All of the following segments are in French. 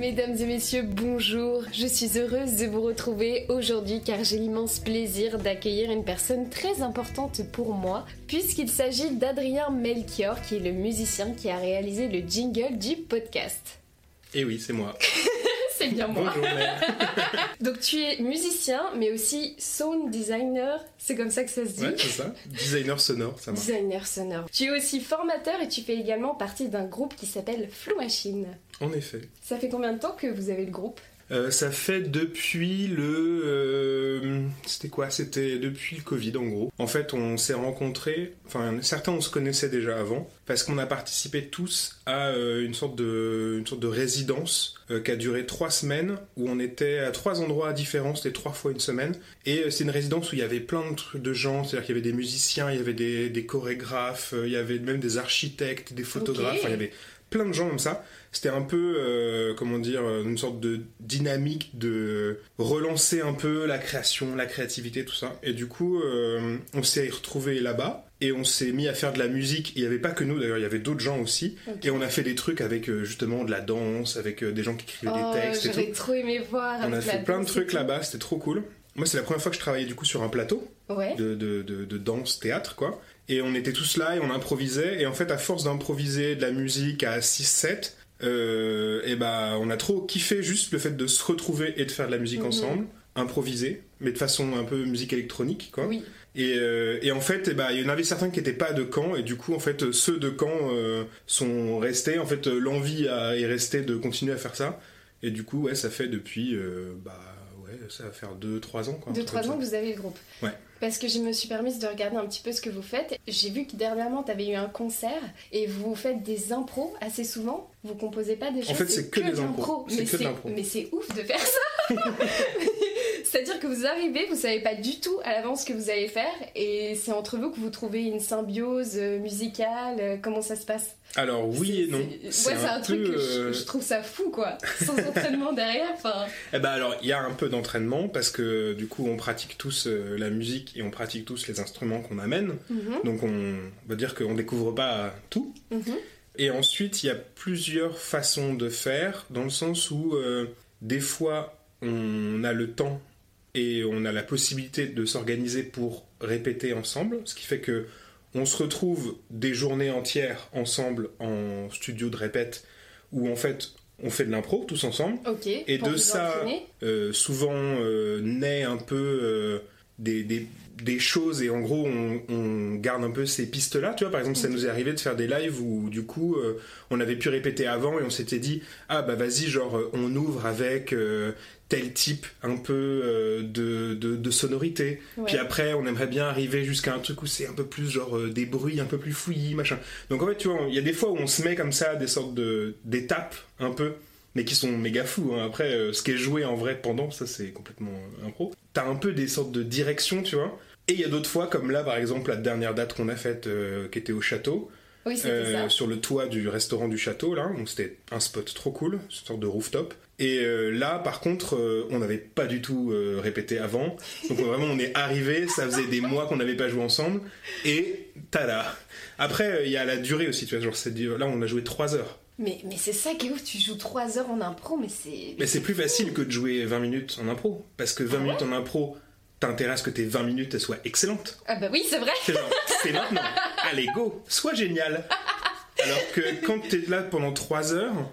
Mesdames et messieurs, bonjour. Je suis heureuse de vous retrouver aujourd'hui car j'ai l'immense plaisir d'accueillir une personne très importante pour moi puisqu'il s'agit d'Adrien Melchior qui est le musicien qui a réalisé le jingle du podcast. Eh oui, c'est moi. C'est bien moi. Bonjour mère. Donc tu es musicien mais aussi sound designer, c'est comme ça que ça se dit? Ouais, c'est ça. Designer sonore, ça marche. Designer sonore. Tu es aussi formateur et tu fais également partie d'un groupe qui s'appelle Flow Machine. En effet. Ça fait combien de temps que vous avez le groupe? Ça fait depuis C'était depuis le Covid en gros. En fait, on s'est rencontrés, enfin certains on se connaissait déjà avant, parce qu'on a participé tous à une sorte de résidence qui a duré 3 semaines, où on était à 3 endroits différents, c'était 3 fois une semaine. Et c'est une résidence où il y avait plein de gens, c'est-à-dire qu'il y avait des musiciens, il y avait des chorégraphes, il y avait même des architectes, des photographes, enfin, il y avait plein de gens comme ça. C'était un peu, une sorte de dynamique de relancer un peu la création, la créativité, tout ça. Et du coup, on s'est retrouvés là-bas et on s'est mis à faire de la musique. Il n'y avait pas que nous, d'ailleurs, il y avait d'autres gens aussi. Okay. Et on a fait des trucs avec justement de la danse, avec des gens qui écrivaient des textes et tout. J'aurais trop aimé voir. On a fait plein de trucs là-bas, c'était trop cool. Moi, c'est la première fois que je travaillais du coup sur un plateau de danse, théâtre, quoi. Et on était tous là et on improvisait. Et en fait, à force d'improviser de la musique à 6-7, on a trop kiffé juste le fait de se retrouver et de faire de la musique ensemble, improviser, mais de façon un peu musique électronique, quoi. Oui. Et en fait, il y en avait certains qui n'étaient pas de Caen, et du coup, en fait, ceux de Caen sont restés. En fait, l'envie est restée de continuer à faire ça. Et du coup, ouais, ça fait depuis... ça va faire 2-3 ans, quoi. 2-3 ans que vous avez le groupe. Ouais. Parce que je me suis permise de regarder un petit peu ce que vous faites. J'ai vu que dernièrement, tu avais eu un concert et vous faites des impros assez souvent. Vous composez pas des choses. En fait, c'est que des impros. Mais c'est ouf de faire ça. C'est-à-dire que vous arrivez, vous savez pas du tout à l'avance ce que vous allez faire et c'est entre vous que vous trouvez une symbiose musicale. Comment ça se passe? Alors oui et non. C'est un truc que je trouve ça fou, quoi. Sans entraînement derrière. Enfin... alors il y a un peu d'entraînement parce que du coup on pratique tous la musique et on pratique tous les instruments qu'on amène. Donc on va dire qu'on découvre pas tout. Et ensuite il y a plusieurs façons de faire dans le sens où des fois on a le temps et on a la possibilité de s'organiser pour répéter ensemble, ce qui fait que on se retrouve des journées entières ensemble en studio de répète où en fait on fait de l'impro tous ensemble. Okay, et de ça souvent naît un peu des choses et en gros on garde un peu ces pistes là, tu vois. Par exemple ça nous est arrivé de faire des lives où du coup on avait pu répéter avant et on s'était dit vas-y, genre on ouvre avec tel type un peu de sonorité, puis après on aimerait bien arriver jusqu'à un truc où c'est un peu plus genre des bruits un peu plus fouillis, machin. Donc en fait tu vois, il y a des fois où on se met comme ça des sortes d'étapes un peu, mais qui sont méga fous, hein. Après ce qui est joué en vrai pendant, ça c'est complètement impro. T'as un peu des sortes de directions, tu vois. Et il y a d'autres fois, comme là par exemple la dernière date qu'on a faite qui était au château. Oui, c'était ça. Sur le toit du restaurant du château, là. Donc c'était un spot trop cool, une sorte de rooftop. Et là, par contre, on n'avait pas du tout répété avant. Donc vraiment, on est arrivé, ça faisait des mois qu'on n'avait pas joué ensemble. Et tada. Après, il y a la durée aussi, tu vois. Genre, là, on a joué 3 heures. Mais c'est ça qui est ouf, tu joues 3 heures en impro, mais c'est... Mais c'est plus facile que de jouer 20 minutes en impro. Parce que 20 minutes en impro... T'as intérêt à ce que tes 20 minutes soient excellentes. Ah bah oui, c'est vrai. C'est maintenant. Allez, go, sois génial. Alors que quand t'es là pendant 3 heures,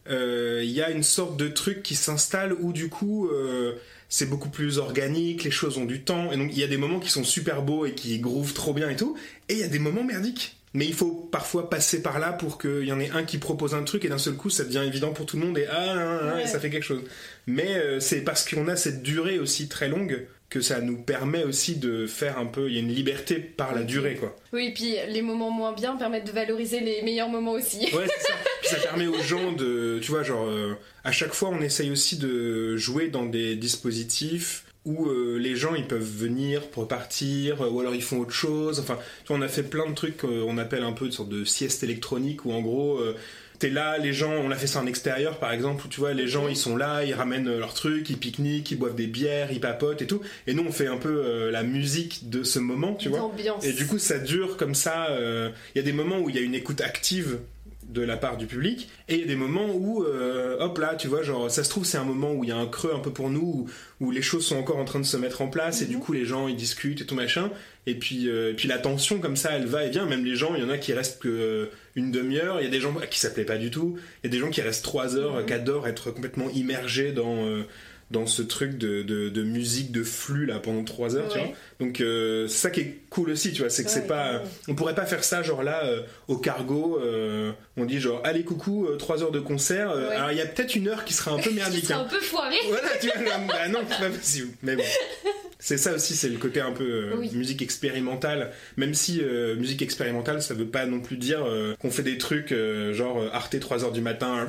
il y a une sorte de truc qui s'installe où du coup, c'est beaucoup plus organique, les choses ont du temps. Et donc, il y a des moments qui sont super beaux et qui groovent trop bien et tout. Et il y a des moments merdiques. Mais il faut parfois passer par là pour qu'il y en ait un qui propose un truc et d'un seul coup, ça devient évident pour tout le monde et et ça fait quelque chose. Mais c'est parce qu'on a cette durée aussi très longue que ça nous permet aussi de faire un peu... Il y a une liberté par la durée, quoi. Oui, et puis les moments moins bien permettent de valoriser les meilleurs moments aussi. Ouais, c'est ça. Puis ça permet aux gens de... Tu vois, genre... à chaque fois, on essaye aussi de jouer dans des dispositifs où les gens, ils peuvent venir pour partir, ou alors ils font autre chose. Enfin, tu vois, on a fait plein de trucs qu'on appelle un peu une sorte de sieste électronique, où en gros... t'es là, les gens, on a fait ça en extérieur par exemple, où tu vois, les gens ils sont là, ils ramènent leurs trucs, ils pique-niquent, ils boivent des bières, ils papotent et tout, et nous on fait un peu la musique de ce moment, tu vois. L'ambiance. Et du coup ça dure comme ça, il y a des moments où il y a une écoute active de la part du public, et il y a des moments où hop là tu vois, genre ça se trouve c'est un moment où il y a un creux un peu pour nous, où les choses sont encore en train de se mettre en place, et du coup les gens ils discutent et tout machin, et puis la tension comme ça elle va et vient, même les gens, il y en a qui restent que une demi-heure, il y a des gens qui s'appelaient pas du tout, il y a des gens qui restent 3 heures, qui adorent être complètement immergés dans ce truc de musique de flux là pendant 3 heures, tu vois. Donc c'est ça qui est cool aussi, tu vois, c'est que c'est pas on pourrait pas faire ça genre là au Cargo, on dit genre allez coucou 3 heures de concert, alors il y a peut-être 1 heure qui sera un peu merdique, qui sera un peu foiré. Voilà, tu vois, bah non, c'est pas possible. Mais bon. C'est ça aussi, c'est le côté un peu musique expérimentale, même si musique expérimentale ça veut pas non plus dire qu'on fait des trucs genre Arte 3h du matin.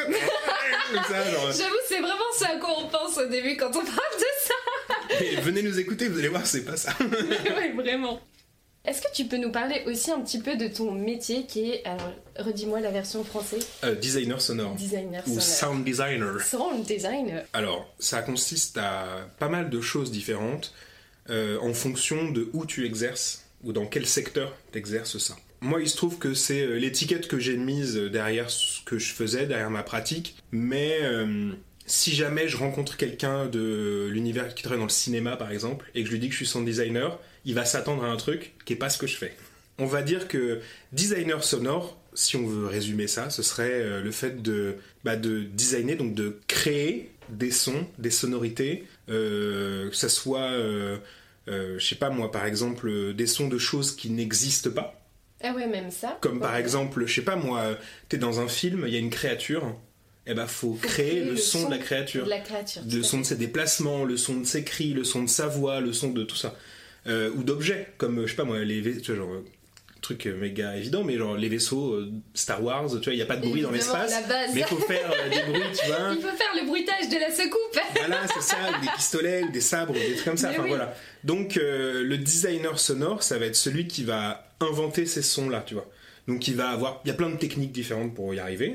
Ça, genre... J'avoue, c'est vraiment ce à quoi on pense au début quand on parle de ça. Et venez nous écouter, vous allez voir, c'est pas ça. Ouais, vraiment. Est-ce que tu peux nous parler aussi un petit peu de ton métier qui est, alors redis-moi la version française. Designer sonore. Designer ou sonore. Sound designer. Sound designer. Alors, ça consiste à pas mal de choses différentes en fonction de où tu exerces ou dans quel secteur tu exerces ça. Moi, il se trouve que c'est l'étiquette que j'ai mise derrière ce que je faisais, derrière ma pratique. Mais si jamais je rencontre quelqu'un de l'univers qui travaille dans le cinéma, par exemple, et que je lui dis que je suis sound designer, il va s'attendre à un truc qui n'est pas ce que je fais. On va dire que designer sonore, si on veut résumer ça, ce serait le fait de designer, donc de créer des sons, des sonorités, que ça soit, je sais pas moi, par exemple, des sons de choses qui n'existent pas. Ah ouais, même ça. Comme par exemple, je sais pas moi, t'es dans un film, il y a une créature, et ben faut créer le son de la créature. Le son de ses déplacements, le son de ses cris, le son de sa voix, le son de tout ça. Ou d'objets, comme, je sais pas moi, tu vois, genre, truc méga évident, mais genre les vaisseaux Star Wars, tu vois, il n'y a pas de bruit dans l'espace, mais il faut faire des bruits, tu vois. Il faut faire le bruitage de la secoupe. Voilà, c'est ça, ou des pistolets, ou des sabres, ou des trucs comme ça, enfin voilà. Donc le designer sonore, ça va être celui qui va inventer ces sons-là, tu vois. Donc il y a plein de techniques différentes pour y arriver.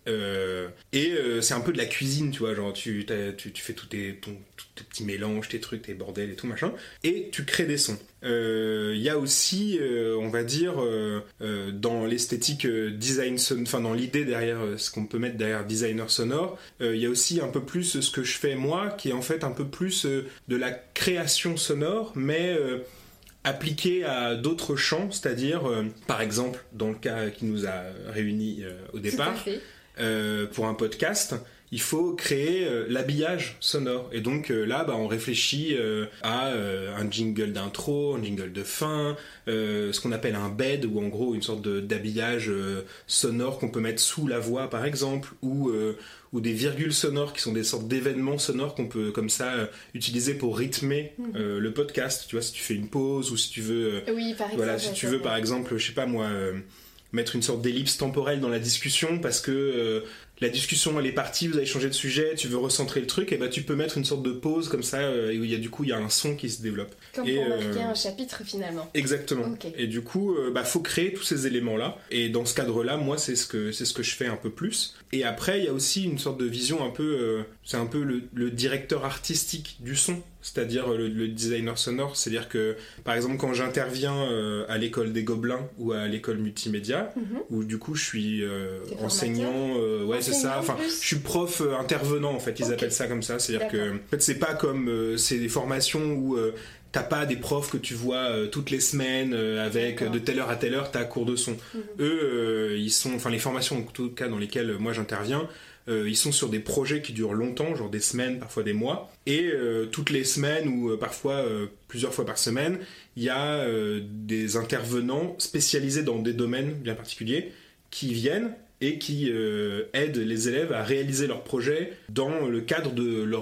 C'est un peu de la cuisine, tu vois, genre tu fais tous tes petits mélanges, tes trucs, tes bordels et tout machin, et tu crées des sons. Il y a aussi, on va dire, dans l'esthétique design sonore, enfin dans l'idée derrière ce qu'on peut mettre derrière designer sonore, il y a aussi un peu plus ce que je fais moi, qui est en fait un peu plus de la création sonore, mais appliqué à d'autres champs, c'est-à-dire, par exemple, dans le cas qui nous a réunis au départ, pour un podcast, il faut créer l'habillage sonore. Et donc là, on réfléchit à un jingle d'intro, un jingle de fin, ce qu'on appelle un bed, ou en gros une sorte d'habillage sonore qu'on peut mettre sous la voix, par exemple, ou des virgules sonores qui sont des sortes d'événements sonores qu'on peut comme ça utiliser pour rythmer le podcast. Tu vois, si tu fais une pause, ou si tu veux, si tu veux par exemple, je sais pas moi, mettre une sorte d'ellipse temporelle dans la discussion parce que la discussion elle est partie, vous avez changé de sujet, tu veux recentrer le truc, et tu peux mettre une sorte de pause comme ça, où il y a un son qui se développe. Comme pour marquer un chapitre finalement. Exactement. Okay. Et du coup, faut créer tous ces éléments-là. Et dans ce cadre-là, moi, c'est ce que je fais un peu plus. Et après, il y a aussi une sorte de vision un peu, c'est un peu le directeur artistique du son. C'est-à-dire le designer sonore, c'est-à-dire que par exemple quand j'interviens à l'école des Gobelins ou à l'école multimédia, où du coup je suis enseignant, c'est ça, enfin je suis prof intervenant en fait, ils appellent ça comme ça, c'est-à-dire que en fait c'est pas comme c'est des formations où t'as pas des profs que tu vois toutes les semaines avec de telle heure à telle heure t'as cours de son. Eux ils sont, enfin les formations en tout cas dans lesquelles moi j'interviens, ils sont sur des projets qui durent longtemps, genre des semaines, parfois des mois, et toutes les semaines ou parfois plusieurs fois par semaine, il y a des intervenants spécialisés dans des domaines bien particuliers qui viennent et qui aident les élèves à réaliser leurs projets dans le cadre de leur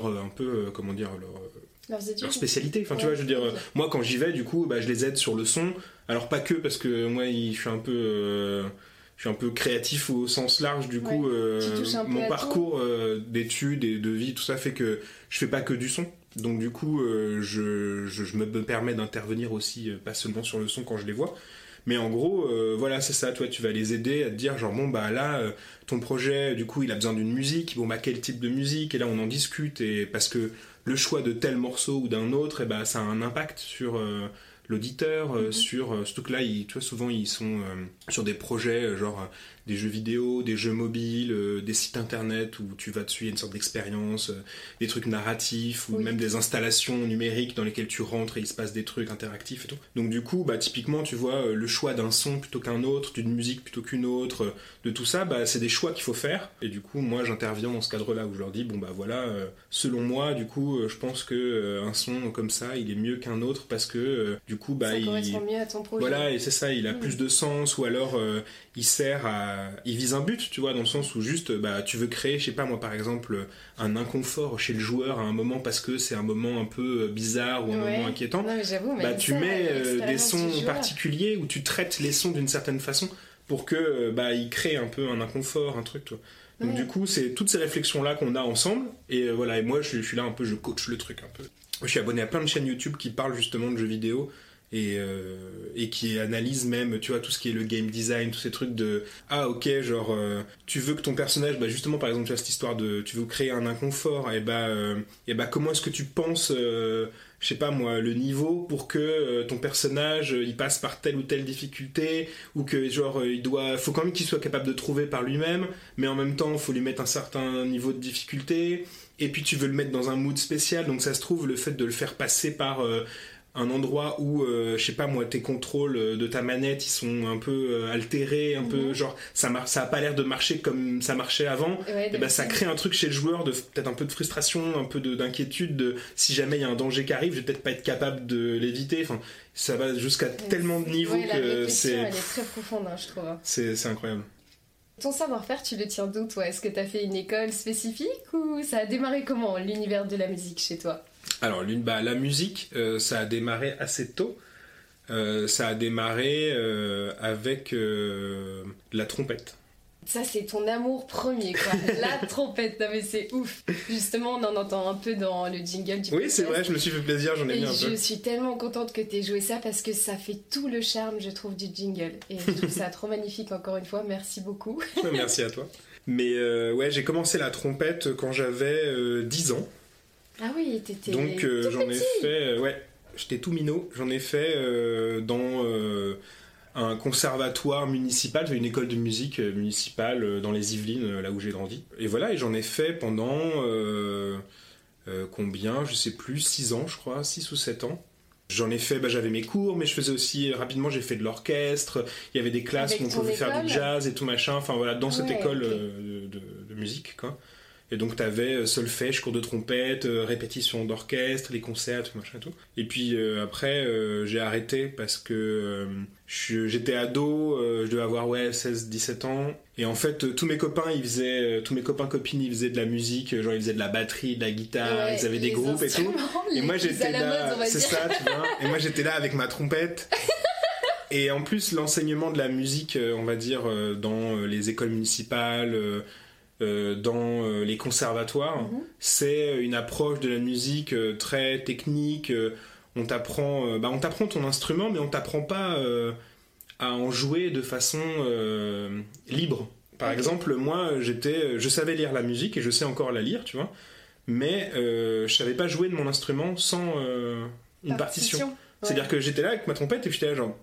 leur spécialité. Enfin, tu vois, je veux dire, moi quand j'y vais, du coup, je les aide sur le son. Alors pas que parce que moi, je suis un peu créatif au sens large, du coup, mon parcours d'études et de vie, tout ça fait que je fais pas que du son. Donc du coup, je me permets d'intervenir aussi, pas seulement sur le son quand je les vois. Mais en gros, voilà, c'est ça, toi, tu vas les aider à te dire, genre, ton projet, du coup, il a besoin d'une musique, quel type de musique? Et là, on en discute, et parce que le choix de tel morceau ou d'un autre, ça a un impact sur l'auditeur, surtout que là, tu vois, souvent ils sont sur des projets genre des jeux vidéo, des jeux mobiles, des sites internet où tu vas dessus, il y a une sorte d'expérience, des trucs narratifs ou même des installations numériques dans lesquelles tu rentres et il se passe des trucs interactifs et tout. Donc du coup, typiquement, tu vois, le choix d'un son plutôt qu'un autre, d'une musique plutôt qu'une autre, de tout ça, c'est des choix qu'il faut faire. Et du coup, moi, j'interviens dans ce cadre-là où je leur dis, voilà, selon moi, du coup, je pense que un son comme ça, il est mieux qu'un autre parce que du coup, ça correspond mieux à ton projet. Voilà, et c'est ça, il a plus de sens, ou alors il vise un but, tu vois, dans le sens où juste, tu veux créer, je sais pas moi, par exemple, un inconfort chez le joueur à un moment parce que c'est un moment un peu bizarre ou un moment inquiétant. Non, mais j'avoue, tu mets des sons particuliers où tu traites les sons d'une certaine façon pour que il crée un peu un inconfort, un truc, toi. Donc du coup, c'est toutes ces réflexions-là qu'on a ensemble, et voilà, et moi je suis là un peu, je coach le truc un peu. Je suis abonné à plein de chaînes YouTube qui parlent justement de jeux vidéo, et qui analyse même, tu vois, tout ce qui est le game design, tous ces trucs de tu veux que ton personnage, justement, par exemple, tu as cette histoire de tu veux créer un inconfort, et comment est-ce que tu penses je sais pas moi, le niveau pour que ton personnage il passe par telle ou telle difficulté, ou que faut quand même qu'il soit capable de trouver par lui-même, mais en même temps il faut lui mettre un certain niveau de difficulté, et puis tu veux le mettre dans un mood spécial, donc ça se trouve le fait de le faire passer par un endroit où, je sais pas moi, tes contrôles de ta manette ils sont un peu altérés, un peu ça a pas l'air de marcher comme ça marchait avant, ça crée un truc chez le joueur de peut-être un peu de frustration, un peu d'inquiétude de si jamais il y a un danger qui arrive, je vais peut-être pas être capable de l'éviter. Enfin, ça va jusqu'à tellement de niveaux que elle est très profonde, je trouve. C'est incroyable. Ton savoir-faire, tu le tiens d'où, toi? Est-ce que t'as fait une école spécifique, ou ça a démarré comment, l'univers de la musique chez toi? Alors, la musique, ça a démarré assez tôt. Ça a démarré avec la trompette. Ça, c'est ton amour premier, quoi. La trompette, non mais c'est ouf. Justement, on en entend un peu dans le jingle du podcast. Oui, c'est vrai, je me suis fait plaisir, j'en ai mis un peu. Je suis tellement contente que t'aies joué ça, parce que ça fait tout le charme, je trouve, du jingle. Et je trouve ça trop magnifique, encore une fois. Merci beaucoup. Merci à toi. Mais j'ai commencé la trompette quand j'avais 10 ans. Ah oui, t'étais donc j'en ai fait, j'étais tout minot. J'en ai fait dans un conservatoire municipal, une école de musique municipale dans les Yvelines, là où j'ai grandi. Et voilà, et j'en ai fait pendant combien, je sais plus, 6 ans je crois, 6 ou 7 ans. J'en ai fait, j'avais mes cours, mais je faisais aussi, rapidement j'ai fait de l'orchestre, il y avait des classes où on pouvait faire du jazz et tout machin, enfin voilà, dans cette école de musique, quoi. Et donc t'avais solfège, cours de trompette, répétition d'orchestre, les concerts, tout machin et tout. Et puis après j'ai arrêté parce que j'étais ado, je devais avoir 16-17 ans. Et en fait tous mes copains copines ils faisaient de la musique, genre ils faisaient de la batterie, de la guitare, ils avaient des groupes et tout. Et moi j'étais là, c'est ça, tu vois. Et moi j'étais là avec ma trompette. Et en plus l'enseignement de la musique, on va dire dans les écoles municipales, dans les conservatoires, c'est une approche de la musique très technique. On t'apprend ton instrument, mais on t'apprend pas à en jouer de façon libre. Par exemple, moi, je savais lire la musique et je sais encore la lire, tu vois, mais je savais pas jouer de mon instrument sans une partition. C'est-à-dire que j'étais là avec ma trompette et j'étais là genre,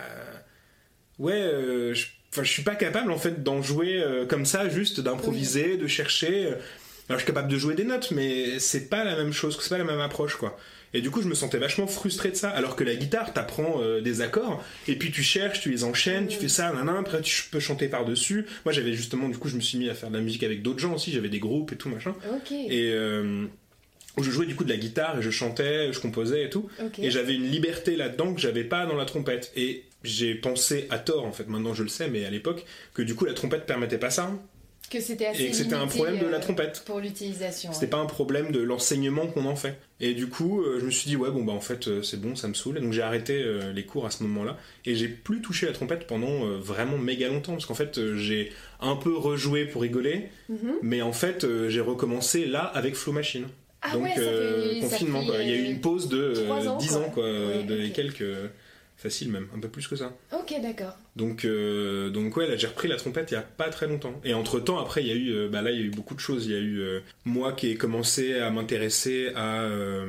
je suis pas capable en fait d'en jouer comme ça, juste d'improviser, de chercher. Alors je suis capable de jouer des notes, mais c'est pas la même chose, c'est pas la même approche, quoi. Et du coup je me sentais vachement frustré de ça, alors que la guitare t'apprend des accords, et puis tu cherches, tu les enchaînes, tu fais ça, après tu peux chanter par-dessus. Moi j'avais justement, du coup je me suis mis à faire de la musique avec d'autres gens aussi, j'avais des groupes et tout machin. Et où je jouais du coup de la guitare et je chantais, je composais et tout. Et j'avais une liberté là-dedans que j'avais pas dans la trompette. Et j'ai pensé à tort, en fait, maintenant je le sais, mais à l'époque, que du coup la trompette permettait pas ça. Que c'était assez et que c'était un problème de la trompette. Pour l'utilisation. C'était pas un problème de l'enseignement qu'on en fait. Et du coup, je me suis dit, en fait, c'est bon, ça me saoule. Et donc j'ai arrêté les cours à ce moment-là. Et j'ai plus touché la trompette pendant vraiment méga longtemps. Parce qu'en fait, j'ai un peu rejoué pour rigoler. Mais en fait, j'ai recommencé là avec Flow Machine. Donc, confinement, quoi. Il y a eu une pause de 10 ans, quoi, quelques. facile même, un peu plus que ça. Ok, d'accord. Donc ouais, là j'ai repris la trompette il y a pas très longtemps. Et entre temps, après il y a eu, là il y a eu beaucoup de choses. Il y a eu moi qui ai commencé à m'intéresser à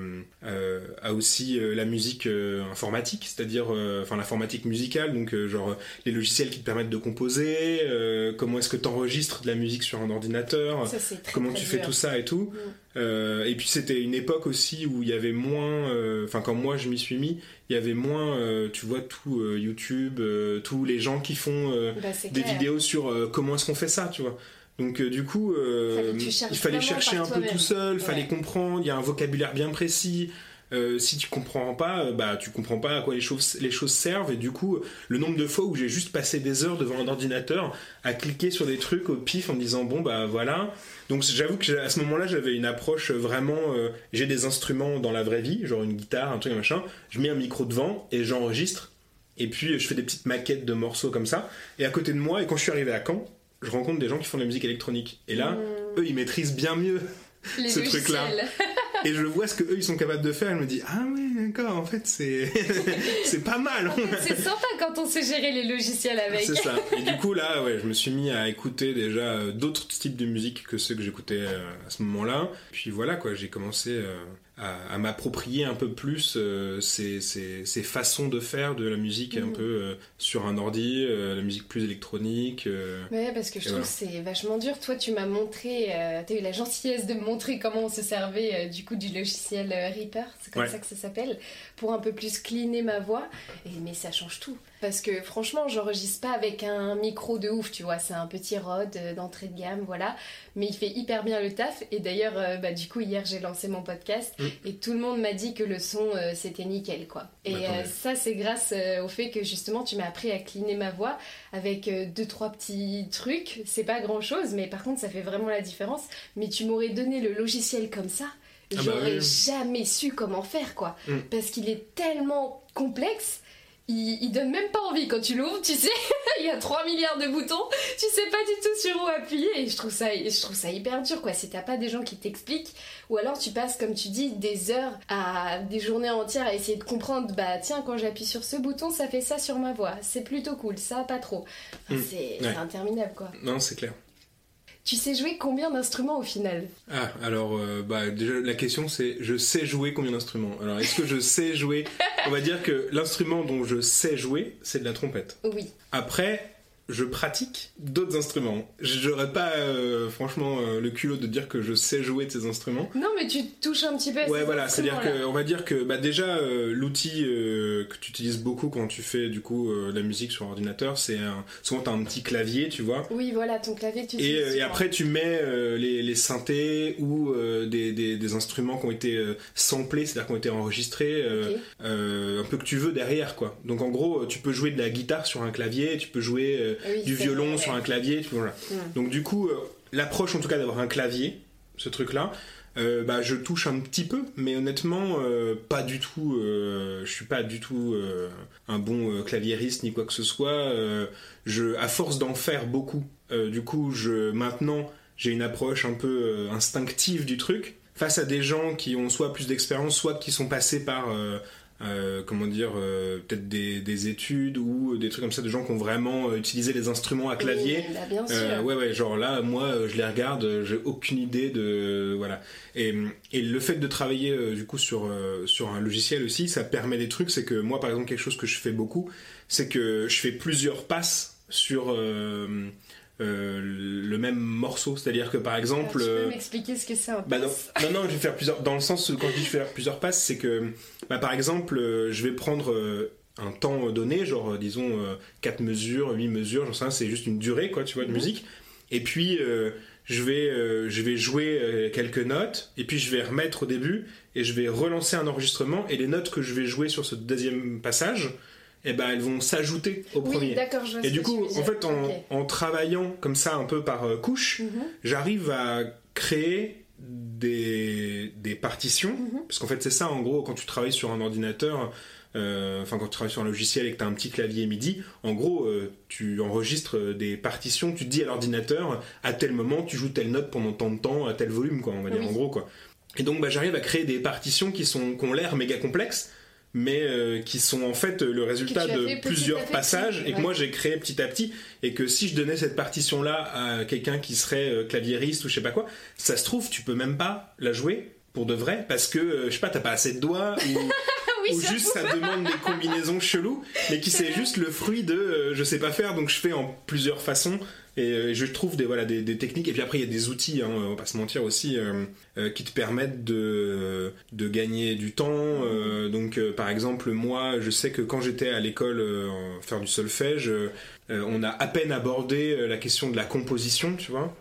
aussi la musique informatique, c'est-à-dire l'informatique musicale, donc genre les logiciels qui te permettent de composer, comment est-ce que tu enregistres de la musique sur un ordinateur, Ça, c'est très, comment très tu fais dur. tout ça et tout. Et puis c'était une époque aussi où il y avait moins, quand moi je m'y suis mis, il y avait moins, tu vois, tout YouTube, tous les gens qui font des vidéos sur comment est-ce qu'on fait ça, tu vois. Donc du coup, il fallait chercher un peu tout seul, fallait comprendre, il y a un vocabulaire bien précis. Si tu comprends pas, tu comprends pas à quoi les choses servent, et du coup le nombre de fois où j'ai juste passé des heures devant un ordinateur à cliquer sur des trucs au pif en me disant bon bah voilà. Donc j'avoue que à ce moment-là j'avais une approche vraiment j'ai des instruments dans la vraie vie, genre une guitare, un truc machin, je mets un micro devant et j'enregistre, et puis je fais des petites maquettes de morceaux comme ça, et à côté de moi, et quand je suis arrivé à Caen, je rencontre des gens qui font de la musique électronique, et là eux ils maîtrisent bien mieux ce truc-là. Et je vois ce qu'eux ils sont capables de faire, je me dis ah oui d'accord, en fait c'est c'est pas mal. En fait, c'est sympa quand on sait gérer les logiciels avec. C'est ça. Et du coup là ouais, je me suis mis à écouter déjà d'autres types de musique que ceux que j'écoutais à ce moment-là. Puis voilà quoi, j'ai commencé à m'approprier un peu plus ces façons de faire de la musique un peu sur un ordi, la musique plus électronique. Ouais, parce que je trouve que c'est vachement dur. Toi, tu m'as montré, t'as eu la gentillesse de me montrer comment on se servait du coup du logiciel Reaper, c'est comme ça que ça s'appelle, pour un peu plus cleaner ma voix. Mais ça change tout. Parce que franchement, j'enregistre pas avec un micro de ouf, tu vois. C'est un petit Rode d'entrée de gamme, voilà. Mais il fait hyper bien le taf. Et d'ailleurs, du coup, hier, j'ai lancé mon podcast et tout le monde m'a dit que le son, c'était nickel, quoi. Et ça, c'est grâce au fait que justement, tu m'as appris à cleaner ma voix avec 2-3 petits trucs. C'est pas grand-chose, mais par contre, ça fait vraiment la différence. Mais tu m'aurais donné le logiciel comme ça, j'aurais jamais su comment faire, quoi. Parce qu'il est tellement complexe. Il donne même pas envie quand tu l'ouvres, tu sais. Il y a 3 milliards de boutons, tu sais pas du tout sur où appuyer, et je trouve ça hyper dur, quoi. Si t'as pas des gens qui t'expliquent, ou alors tu passes, comme tu dis, des heures à des journées entières à essayer de comprendre, tiens, quand j'appuie sur ce bouton, ça fait ça sur ma voix, c'est plutôt cool, ça pas trop. C'est interminable, quoi. Non, c'est clair. Tu sais jouer combien d'instruments au final ? Ah, alors, déjà, la question c'est, je sais jouer combien d'instruments ? Alors, est-ce que je sais jouer ? On va dire que l'instrument dont je sais jouer, c'est de la trompette. Oui. Après, je pratique d'autres instruments. J'aurais pas, franchement, le culot de dire que je sais jouer de ces instruments. Non, mais tu touches un petit peu à ouais, ces voilà, c'est-à-dire instruments-là. que, on va dire que, déjà, l'outil que tu utilises beaucoup quand tu fais, du coup, de la musique sur ordinateur, c'est souvent t'as un petit clavier, tu vois. Oui, voilà, ton clavier, tu utilises. Et après, tu mets les synthés ou des instruments qui ont été samplés, c'est-à-dire qui ont été enregistrés, un peu que tu veux derrière, quoi. Donc, en gros, tu peux jouer de la guitare sur un clavier, tu peux jouer du violon sur un clavier, voilà. Donc, du coup, l'approche, en tout cas, d'avoir un clavier, ce truc-là, je touche un petit peu, mais honnêtement, pas du tout. Je suis pas du tout un bon claviériste ni quoi que ce soit. À force d'en faire beaucoup, du coup, maintenant, j'ai une approche un peu instinctive du truc. Face à des gens qui ont soit plus d'expérience, soit qui sont passés par peut-être des études ou des trucs comme ça, de gens qui ont vraiment utilisé les instruments à clavier. Oui, bien sûr. Genre là, moi, je les regarde, j'ai aucune idée de... Voilà. Et le fait de travailler, du coup, sur un logiciel aussi, ça permet des trucs, c'est que moi, par exemple, quelque chose que je fais beaucoup, c'est que je fais plusieurs passes sur... le même morceau, c'est-à-dire que par exemple tu peux m'expliquer ce que c'est un passe ? non, je vais faire plusieurs, dans le sens où quand je dis faire plusieurs passes, c'est que par exemple je vais prendre un temps donné, genre disons 4 mesures, 8 mesures, j'en sais rien, c'est juste une durée, quoi, tu vois, de musique, et puis je vais jouer quelques notes, et puis je vais remettre au début et je vais relancer un enregistrement, et les notes que je vais jouer sur ce deuxième passage, elles vont s'ajouter au premier. D'accord, je vois. Et du coup, en fait, en travaillant comme ça un peu par couche, j'arrive à créer des partitions, parce qu'en fait c'est ça en gros quand tu travailles sur un ordinateur, quand tu travailles sur un logiciel et que tu as un petit clavier MIDI, en gros tu enregistres des partitions, tu te dis à l'ordinateur à tel moment tu joues telle note pendant tant de temps à tel volume, quoi, on va dire, en gros, quoi. Et donc j'arrive à créer des partitions qui ont l'air méga complexes, mais qui sont en fait le résultat de plusieurs passages et que moi j'ai créé petit à petit, et que si je donnais cette partition là à quelqu'un qui serait claviériste ou je sais pas quoi, ça se trouve tu peux même pas la jouer pour de vrai parce que je sais pas, t'as pas assez de doigts ou juste ça demande des combinaisons cheloues, mais qui c'est juste le fruit de je sais pas faire, donc je fais en plusieurs façons. Et je trouve des techniques, et puis après il y a des outils, hein, on va pas se mentir aussi, qui te permettent de gagner du temps. Donc par exemple moi je sais que quand j'étais à l'école faire du solfège, on a à peine abordé la question de la composition, tu vois,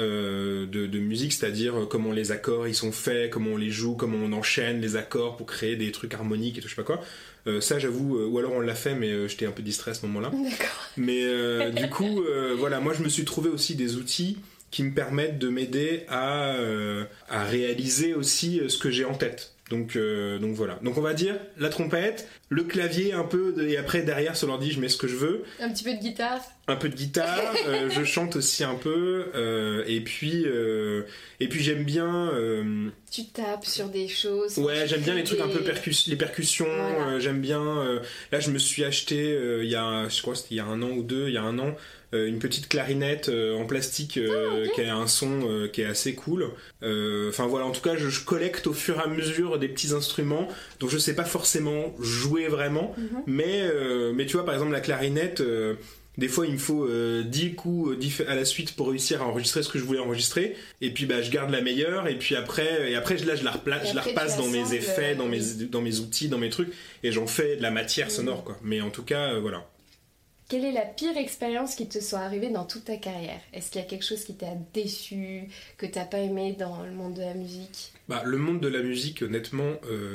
de musique, c'est-à-dire comment les accords ils sont faits, comment on les joue, comment on enchaîne les accords pour créer des trucs harmoniques et tout, je sais pas quoi. Ça j'avoue, ou alors on l'a fait mais j'étais un peu distrait à ce moment-là. D'accord. Mais du coup voilà, moi je me suis trouvé aussi des outils qui me permettent de m'aider à réaliser aussi ce que j'ai en tête. Donc voilà. Donc on va dire la trompette, le clavier un peu, et après derrière sur l'ordi je mets ce que je veux. Un petit peu de guitare. Un peu de guitare, je chante aussi un peu, et puis j'aime bien. Tu tapes sur des choses. Ouais, j'aime bien les trucs un peu les percussions. Voilà. J'aime bien. Là, je me suis acheté je crois que c'était il y a un an ou deux, il y a un an, une petite clarinette en plastique qui a un son qui est assez cool. Enfin voilà, en tout cas, je collecte au fur et à mesure des petits instruments dont je sais pas forcément jouer vraiment, mais tu vois, par exemple la clarinette. Des fois, il me faut 10 coups à la suite pour réussir à enregistrer ce que je voulais enregistrer. Et puis, je garde la meilleure. Et puis après là, je la repasse dans mes effets, dans mes outils, dans mes trucs. Et j'en fais de la matière sonore, quoi. Mais en tout cas, voilà. Quelle est la pire expérience qui te soit arrivée dans toute ta carrière ? Est-ce qu'il y a quelque chose qui t'a déçu, que t'as pas aimé dans le monde de la musique ? Le monde de la musique, honnêtement...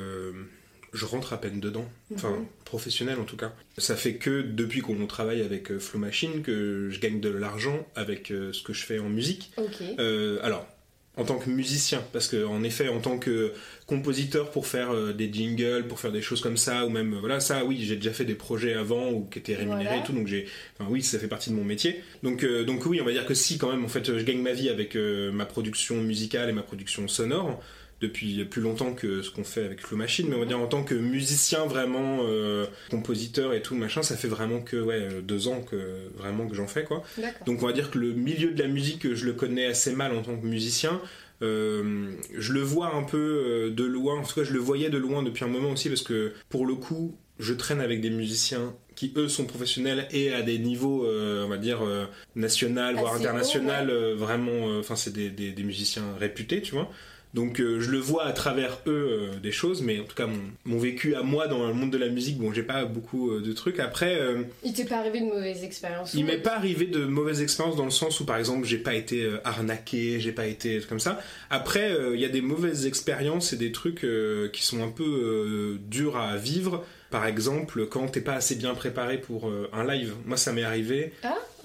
je rentre à peine dedans, enfin professionnel en tout cas. Ça fait que depuis qu'on travaille avec Flow Machine que je gagne de l'argent avec ce que je fais en musique. Okay. Alors, en tant que musicien, parce qu'en effet, en tant que compositeur pour faire des jingles, pour faire des choses comme ça, ou même, voilà, ça oui, j'ai déjà fait des projets avant ou qui étaient rémunérés et tout, donc oui, ça fait partie de mon métier. Donc oui, on va dire que si quand même, en fait, je gagne ma vie avec ma production musicale et ma production sonore, depuis plus longtemps que ce qu'on fait avec Flow Machine, mais on va dire en tant que musicien vraiment compositeur et tout machin, ça fait vraiment que 2 ans que j'en fais, quoi. D'accord. Donc on va dire que le milieu de la musique je le connais assez mal en tant que musicien. Je le vois un peu de loin, en tout cas je le voyais de loin depuis un moment aussi, parce que pour le coup je traîne avec des musiciens qui eux sont professionnels et à des niveaux on va dire national voire international, vraiment enfin c'est des musiciens réputés, tu vois. Donc je le vois à travers eux des choses, mais en tout cas mon vécu à moi dans le monde de la musique, bon j'ai pas beaucoup de trucs. Après, il t'est pas arrivé de mauvaises expériences? Il m'est pas arrivé de mauvaises expériences dans le sens où par exemple j'ai pas été arnaqué, j'ai pas été comme ça. Après il y a des mauvaises expériences et des trucs qui sont un peu durs à vivre. Par exemple, quand t'es pas assez bien préparé pour un live. Moi, ça m'est arrivé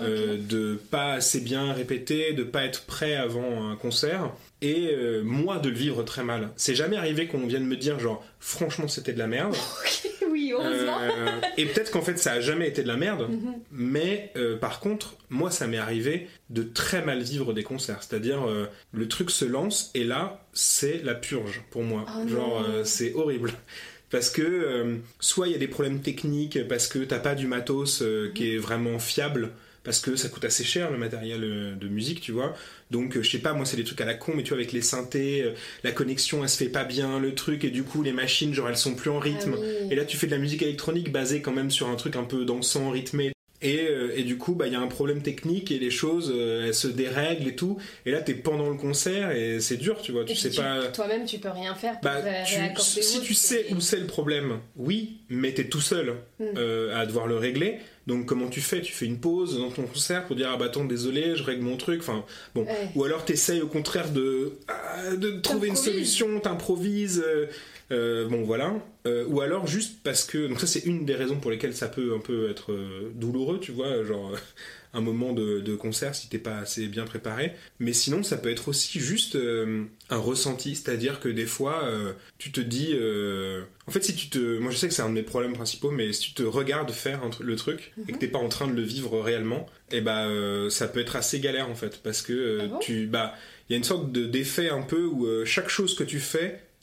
de pas assez bien répéter, de pas être prêt avant un concert, et moi de le vivre très mal. C'est jamais arrivé qu'on vienne me dire genre franchement c'était de la merde. Oui, heureusement. Et peut-être qu'en fait ça a jamais été de la merde, mais par contre moi ça m'est arrivé de très mal vivre des concerts. C'est-à-dire le truc se lance et là c'est la purge pour moi. C'est horrible. Parce que soit il y a des problèmes techniques, parce que t'as pas du matos qui est vraiment fiable, parce que ça coûte assez cher le matériel de musique, tu vois. Donc je sais pas, moi c'est des trucs à la con, mais tu vois, avec les synthés, la connexion elle se fait pas bien, le truc, et du coup les machines genre elles sont plus en rythme. Et là tu fais de la musique électronique basée quand même sur un truc un peu dansant, rythmé. Et du coup il y a un problème technique et les choses elles se dérèglent et tout, et là t'es pendant le concert et c'est dur, tu vois. Tu sais pas, toi-même tu peux rien faire pour réaccorder. Si tu sais où c'est le problème, oui, mais t'es tout seul à devoir le régler. Donc comment tu fais une pause dans ton concert pour dire attends, désolé, je règle mon truc, enfin bon. Ou alors t'essayes au contraire de trouver une solution, t'improvises, bon voilà. Ou alors juste parce que, donc ça c'est une des raisons pour lesquelles ça peut un peu être douloureux, tu vois, genre un moment de concert si t'es pas assez bien préparé. Mais sinon ça peut être aussi juste un ressenti, c'est-à-dire que des fois tu te dis en fait moi je sais que c'est un de mes problèmes principaux, mais si tu te regardes faire le truc et que t'es pas en train de le vivre réellement, et ça peut être assez galère en fait, parce que il y a une sorte d'effet un peu où chaque chose que tu fais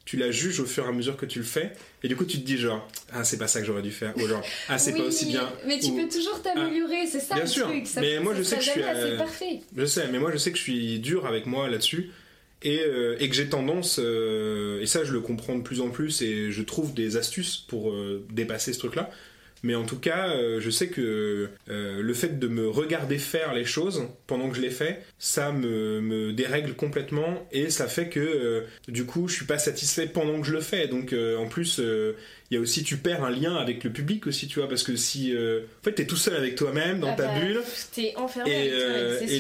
tu la juges au fur et à mesure que tu le fais, et du coup tu te dis genre ah c'est pas ça que j'aurais dû faire, ou genre ah c'est pas aussi bien. Mais tu peux toujours t'améliorer, c'est ça bien le sûr. truc. Ça, mais moi je sais que je suis assez parfait. Je sais, mais moi je sais que je suis dur avec moi là-dessus. Et que j'ai tendance, et ça je le comprends de plus en plus, et je trouve des astuces pour dépasser ce truc-là. Mais en tout cas, je sais que le fait de me regarder faire les choses pendant que je les fais, ça me dérègle complètement, et ça fait que du coup, je suis pas satisfait pendant que je le fais. Donc en plus, il y a aussi, tu perds un lien avec le public aussi, tu vois, parce que si en fait t'es tout seul avec toi-même dans ta bulle, t'es enfermé et, avec toi, c'est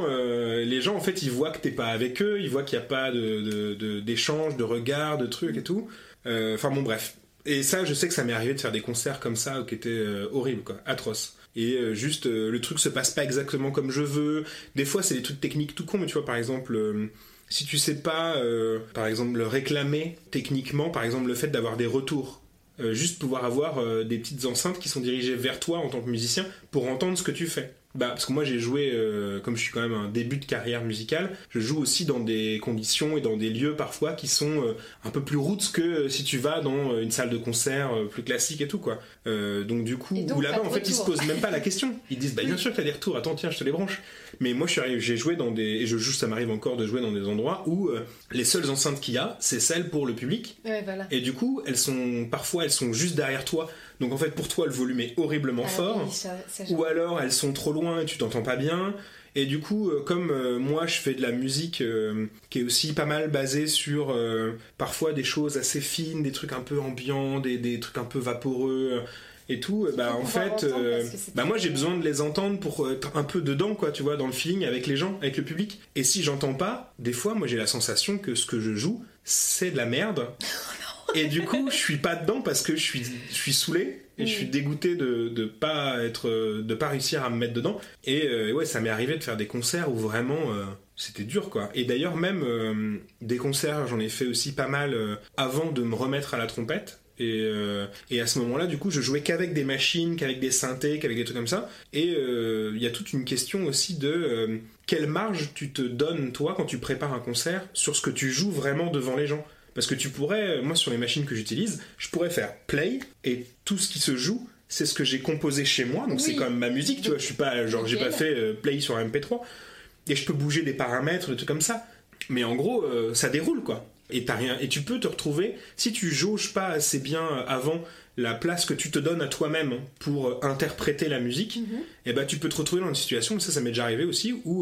et les gens en fait ils voient que t'es pas avec eux, ils voient qu'il y a pas d'échange, de regard, de trucs et tout. Enfin bon bref. Et ça, je sais que ça m'est arrivé de faire des concerts comme ça qui étaient horribles, quoi, atroces. Et juste, le truc se passe pas exactement comme je veux. Des fois, c'est des trucs techniques tout con, mais tu vois, par exemple, si tu sais pas, par exemple, le réclamer techniquement, par exemple, le fait d'avoir des retours. Juste pouvoir avoir des petites enceintes qui sont dirigées vers toi en tant que musicien pour entendre ce que tu fais. Bah, parce que moi j'ai joué, comme je suis quand même un début de carrière musicale, je joue aussi dans des conditions et dans des lieux parfois qui sont un peu plus roots que si tu vas dans une salle de concert plus classique et tout quoi. Donc du coup, où là-bas en fait ils se posent même pas la question. Ils disent bah bien sûr que t'as des retours, attends tiens je te les branche. Mais moi j'ai joué dans des, et ça m'arrive encore de jouer dans des endroits où les seules enceintes qu'il y a, c'est celles pour le public. Ouais, voilà. Et du coup elles sont juste derrière toi. Donc en fait pour toi le volume est horriblement fort, oui, ça, ou alors elles sont trop loin et tu t'entends pas bien. Et du coup comme moi je fais de la musique qui est aussi pas mal basée sur parfois des choses assez fines, des trucs un peu ambiants, des trucs un peu vaporeux et tout, bah en fait bah moi j'ai besoin de les entendre pour être un peu dedans quoi, tu vois, dans le feeling avec les gens, avec le public. Et si j'entends pas, des fois moi j'ai la sensation que ce que je joue c'est de la merde. Et du coup, je suis pas dedans parce que je suis saoulé et je suis dégoûté de pas réussir à me mettre dedans. Et ouais, ça m'est arrivé de faire des concerts où vraiment c'était dur quoi. Et d'ailleurs même des concerts, j'en ai fait aussi pas mal avant de me remettre à la trompette. Et à ce moment-là, du coup, je jouais qu'avec des machines, qu'avec des synthés, qu'avec des trucs comme ça. Et il y a toute une question aussi de quelle marge tu te donnes toi quand tu prépares un concert sur ce que tu joues vraiment devant les gens. Parce que tu pourrais, moi sur les machines que j'utilise, je pourrais faire play et tout ce qui se joue, c'est ce que j'ai composé chez moi, donc c'est quand même ma musique, tu vois, je suis pas, genre j'ai pas fait play sur un MP3, et je peux bouger des paramètres, des trucs comme ça. Mais en gros, ça déroule quoi. Et t'as rien, et tu peux te retrouver, si tu jauges pas assez bien avant la place que tu te donnes à toi-même pour interpréter la musique, et bah tu peux te retrouver dans une situation, et ça m'est déjà arrivé aussi, où